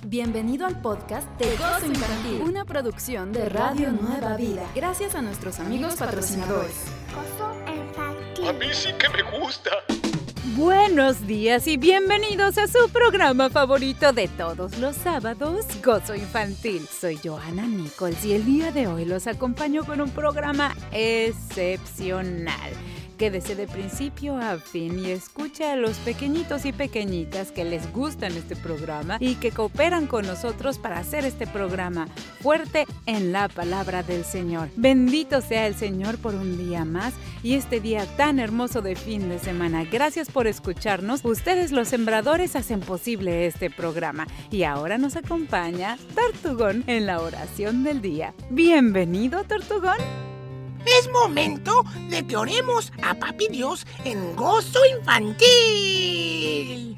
Bienvenido al podcast de Gozo Infantil, una producción de Radio Nueva Vida, gracias a nuestros amigos patrocinadores. Gozo Infantil. A mí sí que me gusta. Buenos días y bienvenidos a su programa favorito de todos los sábados, Gozo Infantil. Soy Johanna Nichols y el día de hoy los acompaño con un programa excepcional. Quédese de principio a fin y escucha a los pequeñitos y pequeñitas que les gustan este programa y que cooperan con nosotros para hacer este programa fuerte en la palabra del Señor. Bendito sea el Señor por un día más y este día tan hermoso de fin de semana. Gracias por escucharnos. Ustedes, los sembradores, hacen posible este programa. Y ahora nos acompaña Tortugón en la oración del día. Bienvenido, Tortugón. Es momento de que oremos a Papi Dios en Gozo Infantil.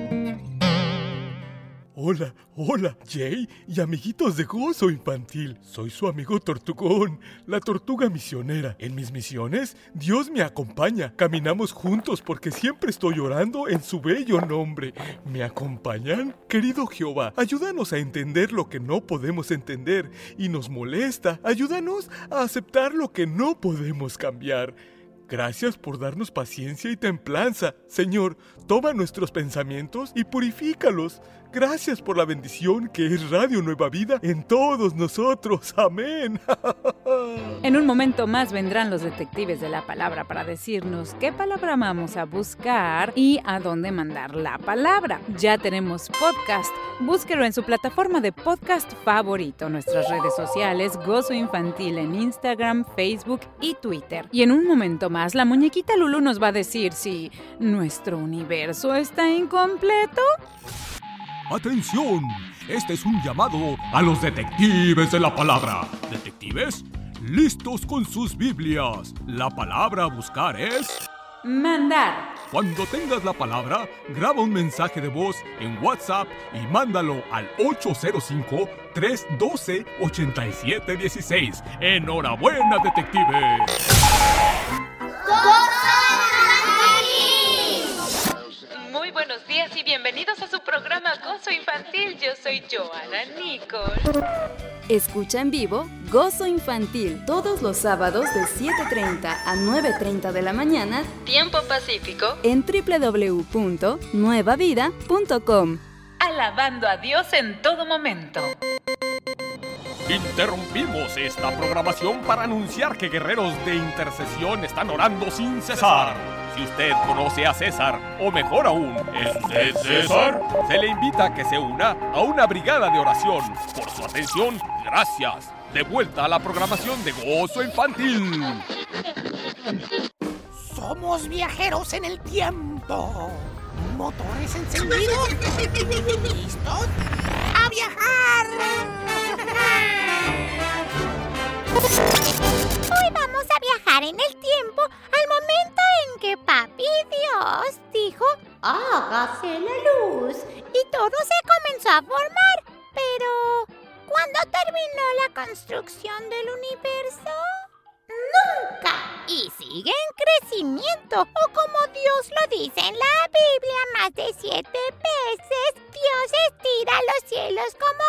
Hola, Jay y amiguitos de Gozo Infantil. Soy su amigo Tortugón, la tortuga misionera. En mis misiones, Dios me acompaña. Caminamos juntos porque siempre estoy orando en su bello nombre. ¿Me acompañan? Querido Jehová, ayúdanos a entender lo que no podemos entender y nos molesta. Ayúdanos a aceptar lo que no podemos cambiar. Gracias por darnos paciencia y templanza. Señor, toma nuestros pensamientos y purifícalos. Gracias por la bendición que es Radio Nueva Vida en todos nosotros. Amén. En un momento más vendrán los detectives de la palabra para decirnos qué palabra vamos a buscar y a dónde mandar la palabra. Ya tenemos podcast. Búsquelo en su plataforma de podcast favorito. Nuestras redes sociales, Gozo Infantil en Instagram, Facebook y Twitter. Y en un momento más, la muñequita Lulú nos va a decir si nuestro universo está incompleto. ¡Atención! Este es un llamado a los detectives de la palabra. ¿Detectives? ¡Listos con sus Biblias! La palabra a buscar es... mandar. Cuando tengas la palabra, graba un mensaje de voz en WhatsApp y mándalo al 805-312-8716. ¡Enhorabuena, detectives! Muy buenos días y bienvenidos a su programa Gozo Infantil. Yo soy Johanna Nichols. Escucha en vivo Gozo Infantil todos los sábados de 7:30 a 9:30 de la mañana, Tiempo Pacífico, en www.nuevavida.com. alabando a Dios en todo momento. Interrumpimos esta programación para anunciar que guerreros de intercesión están orando sin cesar. Si usted conoce a César, o mejor aún, ¿es de César? Se le invita a que se una a una brigada de oración. Por su atención, gracias. De vuelta a la programación de Gozo Infantil. Somos viajeros en el tiempo. Motores encendidos. ¿Listos? ¡A viajar! Hoy vamos a viajar en el tiempo al momento en que Papi Dios dijo, hágase la luz. Y todo se comenzó a formar. Pero, ¿cuándo terminó la construcción del universo? ¡Nunca! Y sigue en crecimiento. O como Dios lo dice en la Biblia más de 7 veces, Dios estira los cielos como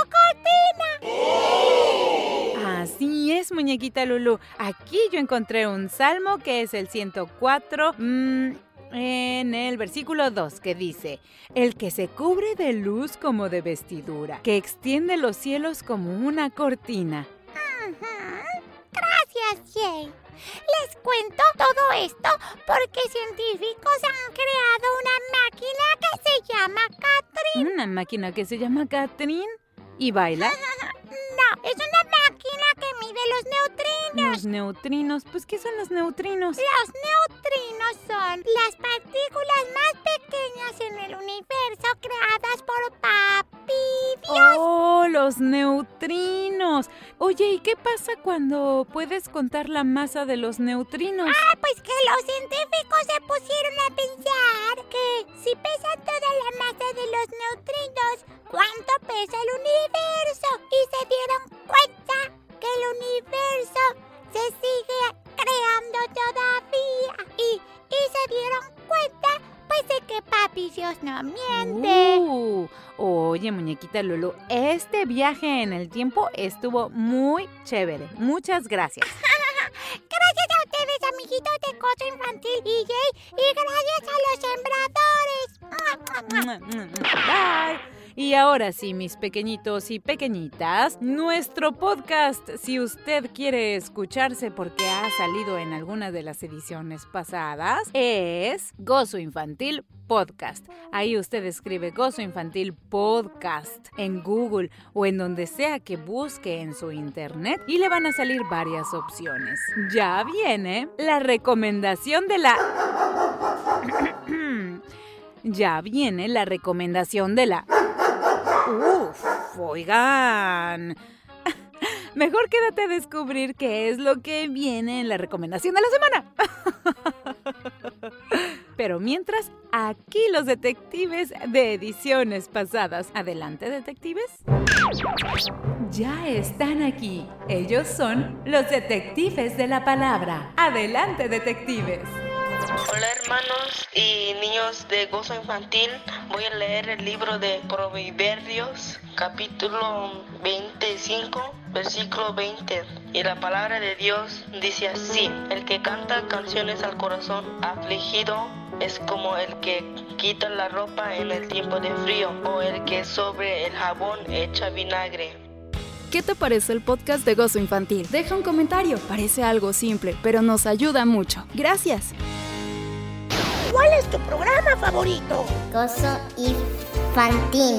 cortina. Así es, muñequita Lulú. Aquí yo encontré un salmo que es el 104, en el versículo 2, que dice: el que se cubre de luz como de vestidura, que extiende los cielos como una cortina. Gracias, Jay. Les cuento todo esto porque científicos han creado una máquina que se llama Catherine. ¿Una máquina que se llama Catherine? ¿Y baila? No, es una máquina que mide los neutrinos. Los neutrinos. Pues, ¿qué son los neutrinos? Los neutrinos son las partículas más pequeñas en el universo creadas por Papi Dios. ¡Oh, los neutrinos! Oye, ¿y qué pasa cuando puedes contar la masa de los neutrinos? Pues que los científicos se pusieron a pensar que si pesan toda la masa de los neutrinos, ¿cuánto pesa el universo? Y se dieron cuenta que el universo se sigue creando todavía. Y se dieron cuenta, pues, de que Papi Dios no miente. Oye, muñequita chiquita Lulu. Este viaje en el tiempo estuvo muy chévere. Muchas gracias. Gracias a ustedes, amiguitos de Gozo Infantil y Jay, y gracias a los sembradores. Bye. Y ahora sí, mis pequeñitos y pequeñitas, nuestro podcast, si usted quiere escucharse porque ha salido en alguna de las ediciones pasadas, es Gozo Infantil Podcast. Ahí usted escribe Gozo Infantil Podcast en Google o en donde sea que busque en su internet y le van a salir varias opciones. Ya viene la recomendación de la... Ya viene la recomendación de la... Oigan. Mejor quédate a descubrir qué es lo que viene en la recomendación de la semana. Pero mientras, aquí los detectives de ediciones pasadas. Adelante, detectives. Ya están aquí. Ellos son los detectives de la palabra. Adelante, detectives. Hola hermanos y niños de Gozo Infantil, voy a leer el libro de Proverbios, capítulo 25, versículo 20. Y la palabra de Dios dice así: el que canta canciones al corazón afligido es como el que quita la ropa en el tiempo de frío, o el que sobre el jabón echa vinagre. ¿Qué te parece el podcast de Gozo Infantil? Deja un comentario. Parece algo simple, pero nos ayuda mucho. Gracias. ¿Cuál es tu programa favorito? Gozo Infantil.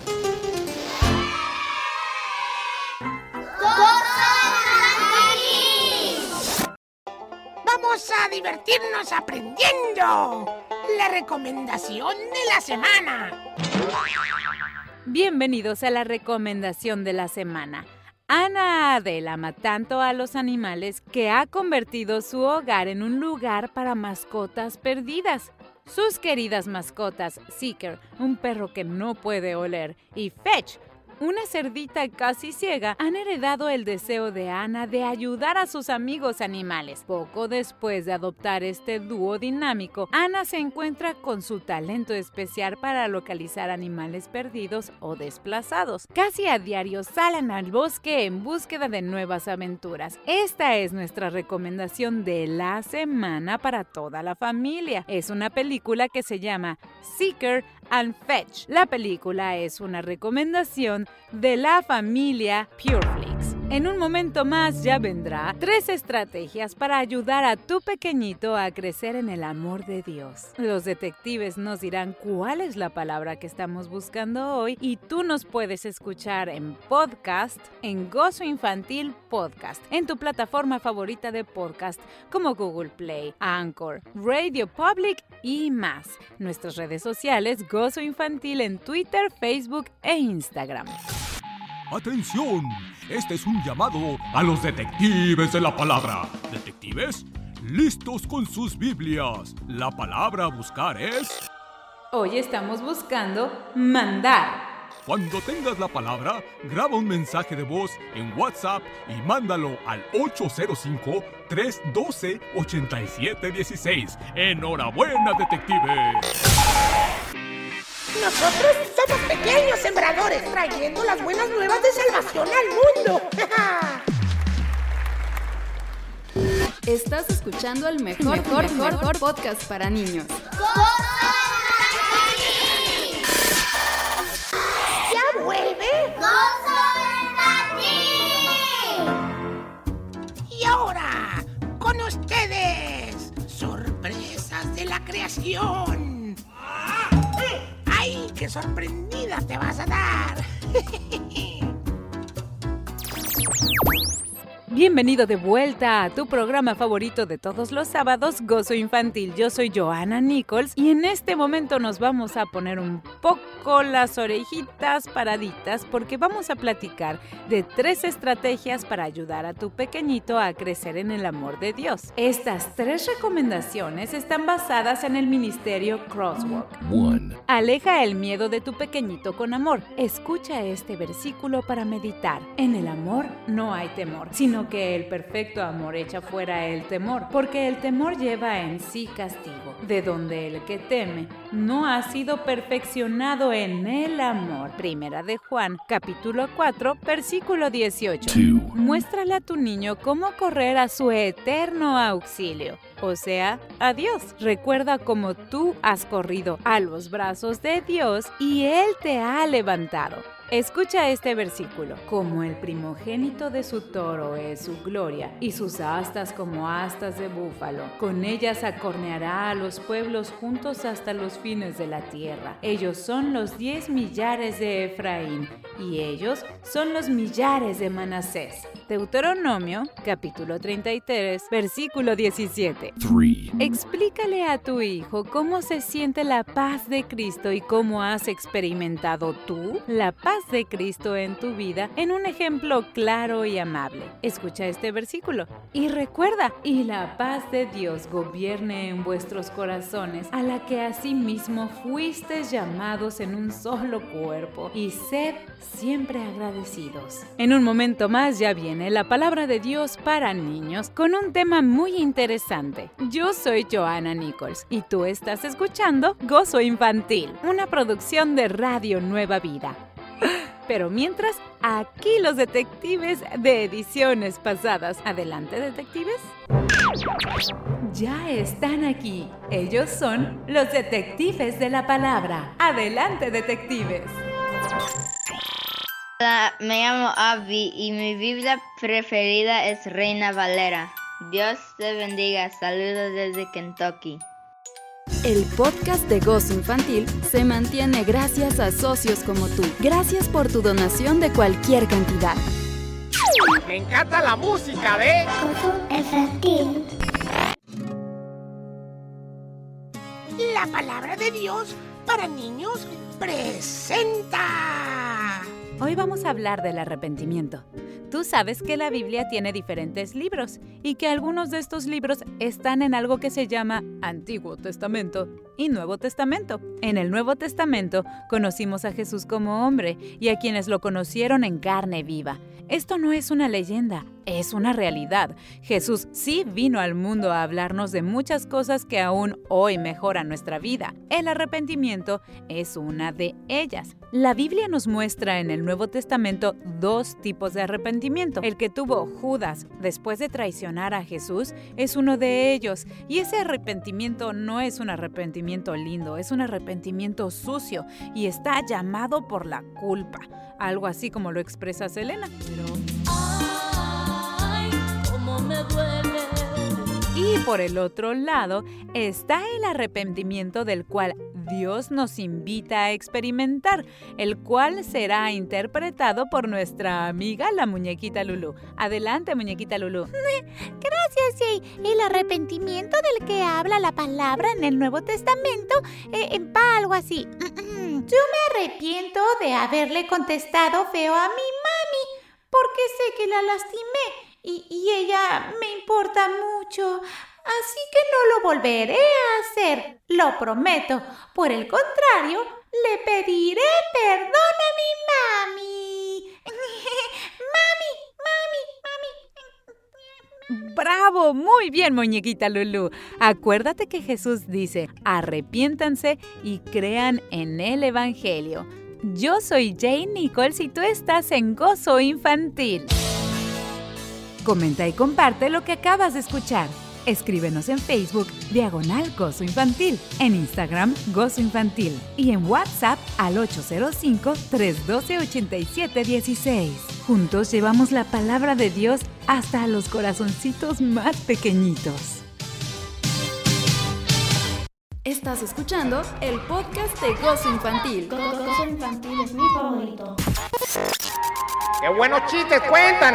Vamos a divertirnos aprendiendo. La recomendación de la semana. Bienvenidos a la recomendación de la semana. Ana Adel ama tanto a los animales que ha convertido su hogar en un lugar para mascotas perdidas. Sus queridas mascotas, Seeker, un perro que no puede oler, y Fetch, una cerdita casi ciega, han heredado el deseo de Ana de ayudar a sus amigos animales. Poco después de adoptar este dúo dinámico, Ana se encuentra con su talento especial para localizar animales perdidos o desplazados. Casi a diario salen al bosque en búsqueda de nuevas aventuras. Esta es nuestra recomendación de la semana para toda la familia. Es una película que se llama Seeker and Fetch. La película es una recomendación de la familia Pureflix. En un momento más ya vendrá 3 estrategias para ayudar a tu pequeñito a crecer en el amor de Dios. Los detectives nos dirán cuál es la palabra que estamos buscando hoy y tú nos puedes escuchar en podcast, en Gozo Infantil Podcast, en tu plataforma favorita de podcast como Google Play, Anchor, Radio Public y más. Nuestras redes sociales Gozo Infantil en Twitter, Facebook e Instagram. ¡Atención! Este es un llamado a los detectives de la palabra. ¿Detectives? ¡Listos con sus Biblias! La palabra a buscar es... Hoy estamos buscando mandar. Cuando tengas la palabra, graba un mensaje de voz en WhatsApp y mándalo al 805-312-8716. ¡Enhorabuena, detectives! Nosotros somos pequeños sembradores trayendo las buenas nuevas de salvación al mundo. Estás escuchando el mejor podcast para niños. ¿Ya vuelve? ¡Gozo Infantil! Y ahora, con ustedes, sorpresas de la creación. ¡Ay, qué sorprendida te vas a dar! Bienvenido de vuelta a tu programa favorito de todos los sábados, Gozo Infantil. Yo soy Johanna Nichols y en este momento nos vamos a poner un poco las orejitas paraditas porque vamos a platicar de 3 estrategias para ayudar a tu pequeñito a crecer en el amor de Dios. Estas 3 recomendaciones están basadas en el ministerio Crosswalk. 1. Aleja el miedo de tu pequeñito con amor. Escucha este versículo para meditar. En el amor no hay temor, sino que el perfecto amor echa fuera el temor, porque el temor lleva en sí castigo, de donde el que teme no ha sido perfeccionado en el amor. Primera de Juan, capítulo 4, versículo 18. Muéstrale a tu niño cómo correr a su eterno auxilio, o sea, a Dios. Recuerda cómo tú has corrido a los brazos de Dios y Él te ha levantado. Escucha este versículo. Como el primogénito de su toro es su gloria, y sus astas como astas de búfalo. Con ellas acorneará a los pueblos juntos hasta los fines de la tierra. Ellos son los 10 millares de Efraín, y ellos son los millares de Manasés. Deuteronomio, capítulo 33, versículo 17. Explícale a tu hijo cómo se siente la paz de Cristo y cómo has experimentado tú la paz de Cristo en tu vida en un ejemplo claro y amable. Escucha este versículo y recuerda, y la paz de Dios gobierne en vuestros corazones, a la que asimismo fuisteis llamados en un solo cuerpo, y sed siempre agradecidos. En un momento más ya viene la palabra de Dios para niños con un tema muy interesante. Yo soy Joanna Nichols y tú estás escuchando Gozo Infantil, una producción de Radio Nueva Vida. Pero mientras, aquí los detectives de ediciones pasadas. ¿Adelante, detectives? Ya están aquí. Ellos son los detectives de la palabra. Adelante, detectives. Hola, me llamo Abby y mi Biblia preferida es Reina Valera. Dios te bendiga. Saludos desde Kentucky. El podcast de Gozo Infantil se mantiene gracias a socios como tú. Gracias por tu donación de cualquier cantidad. Me encanta la música de Gozo Infantil. La palabra de Dios para niños presenta. Hoy vamos a hablar del arrepentimiento. Tú sabes que la Biblia tiene diferentes libros y que algunos de estos libros están en algo que se llama Antiguo Testamento y Nuevo Testamento. En el Nuevo Testamento conocimos a Jesús como hombre y a quienes lo conocieron en carne viva. Esto no es una leyenda, es una realidad. Jesús sí vino al mundo a hablarnos de muchas cosas que aún hoy mejoran nuestra vida. El arrepentimiento es una de ellas. La Biblia nos muestra en el Nuevo Testamento dos tipos de arrepentimiento. El que tuvo Judas después de traicionar a Jesús es uno de ellos. Y ese arrepentimiento no es un arrepentimiento lindo, es un arrepentimiento sucio y está llamado por la culpa. Algo así como lo expresa Selena. Ay, cómo me duele. Y por el otro lado está el arrepentimiento del cual Dios nos invita a experimentar, el cual será interpretado por nuestra amiga la muñequita Lulú. Adelante, muñequita Lulú. Gracias, Jay. El arrepentimiento del que habla la palabra en el Nuevo Testamento va algo así. Yo me arrepiento de haberle contestado feo a mi mami, porque sé que la lastimé y ella me importa mucho. Así que no lo volveré a hacer, lo prometo. Por el contrario, le pediré perdón a mi mami. Mami. ¡Bravo! Muy bien, muñequita Lulú. Acuérdate que Jesús dice, arrepiéntanse y crean en el Evangelio. Yo soy Jane Nichols y tú estás en Gozo Infantil. Comenta y comparte lo que acabas de escuchar. Escríbenos en Facebook, /Gozo Infantil, en Instagram, Gozo Infantil y en WhatsApp al 805-312-8716. Juntos llevamos la palabra de Dios hasta a los corazoncitos más pequeñitos. Estás escuchando el podcast de Gozo Infantil. Gozo Infantil es mi favorito. ¡Qué buenos chistes cuentan!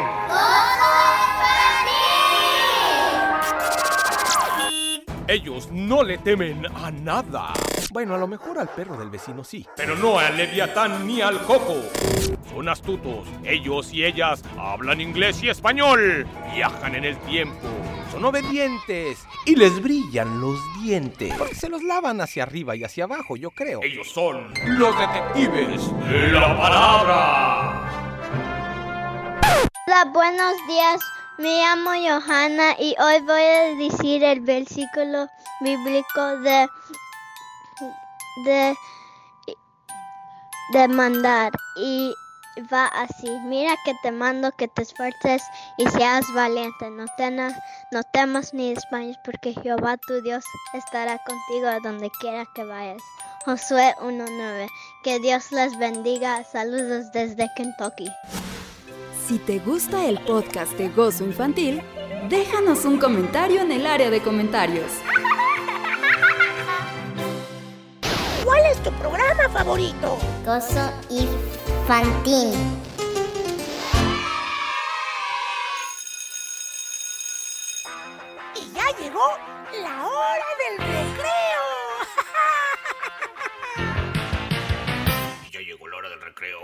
Ellos no le temen a nada. Bueno, a lo mejor al perro del vecino sí, pero no al Leviatán ni al coco. Son astutos. Ellos y ellas hablan inglés y español. Viajan en el tiempo. Son obedientes y les brillan los dientes. Porque se los lavan hacia arriba y hacia abajo, yo creo. Ellos son los detectives de la palabra. Hola, buenos días. Me llamo Johanna y hoy voy a decir el versículo bíblico de de mandar. Y va así: mira que te mando que te esfuerces y seas valiente. No temas ni desmayes, porque Jehová tu Dios estará contigo a donde quiera que vayas. Josué 1:9. Que Dios les bendiga. Saludos desde Kentucky. Si te gusta el podcast de Gozo Infantil, déjanos un comentario en el área de comentarios. ¿Cuál es tu programa favorito? Gozo Infantil. Y ya llegó la hora del recreo. Ya llegó la hora del recreo.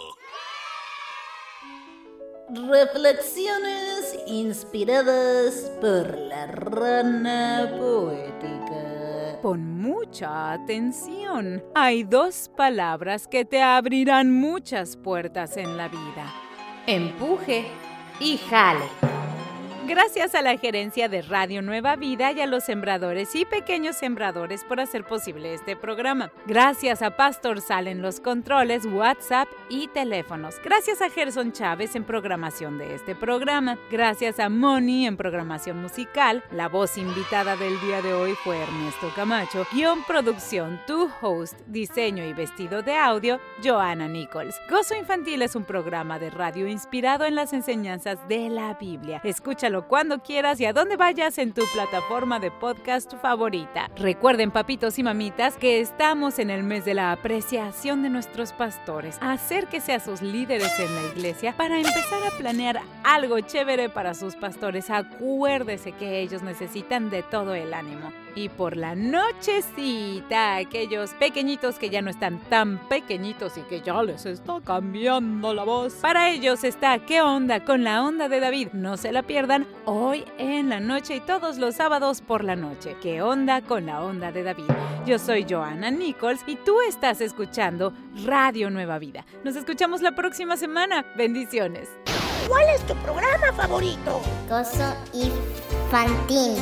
Reflexiones inspiradas por la rana poética. Pon mucha atención. Hay 2 palabras que te abrirán muchas puertas en la vida: empuje y jale. Gracias a la gerencia de Radio Nueva Vida y a los sembradores y pequeños sembradores por hacer posible este programa. Gracias a Pastor Sal en los controles, WhatsApp y teléfonos. Gracias a Gerson Chávez en programación de este programa. Gracias a Moni en programación musical. La voz invitada del día de hoy fue Ernesto Camacho. Guión, producción, tu host, diseño y vestido de audio, Joanna Nichols. Gozo Infantil es un programa de radio inspirado en las enseñanzas de la Biblia. Escúchalo cuando quieras y a donde vayas en tu plataforma de podcast favorita. Recuerden, papitos y mamitas, que estamos en el mes de la apreciación de nuestros pastores. Acérquese a sus líderes en la iglesia para empezar a planear algo chévere para sus pastores. Acuérdese que ellos necesitan de todo el ánimo. Y por la nochecita, aquellos pequeñitos que ya no están tan pequeñitos y que ya les está cambiando la voz, para ellos está ¿Qué onda? Con la onda de David. No se la pierdan hoy en la noche y todos los sábados por la noche. ¿Qué onda? Con la onda de David. Yo soy Joanna Nichols y tú estás escuchando Radio Nueva Vida. Nos escuchamos la próxima semana. Bendiciones. ¿Cuál es tu programa favorito? Gozo Infantil.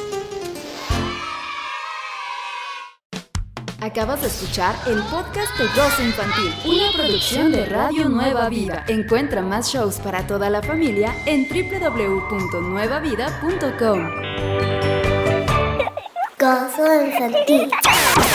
Acabas de escuchar el podcast de Gozo Infantil, una producción de Radio Nueva Vida. Encuentra más shows para toda la familia en www.nuevavida.com. Gozo Infantil.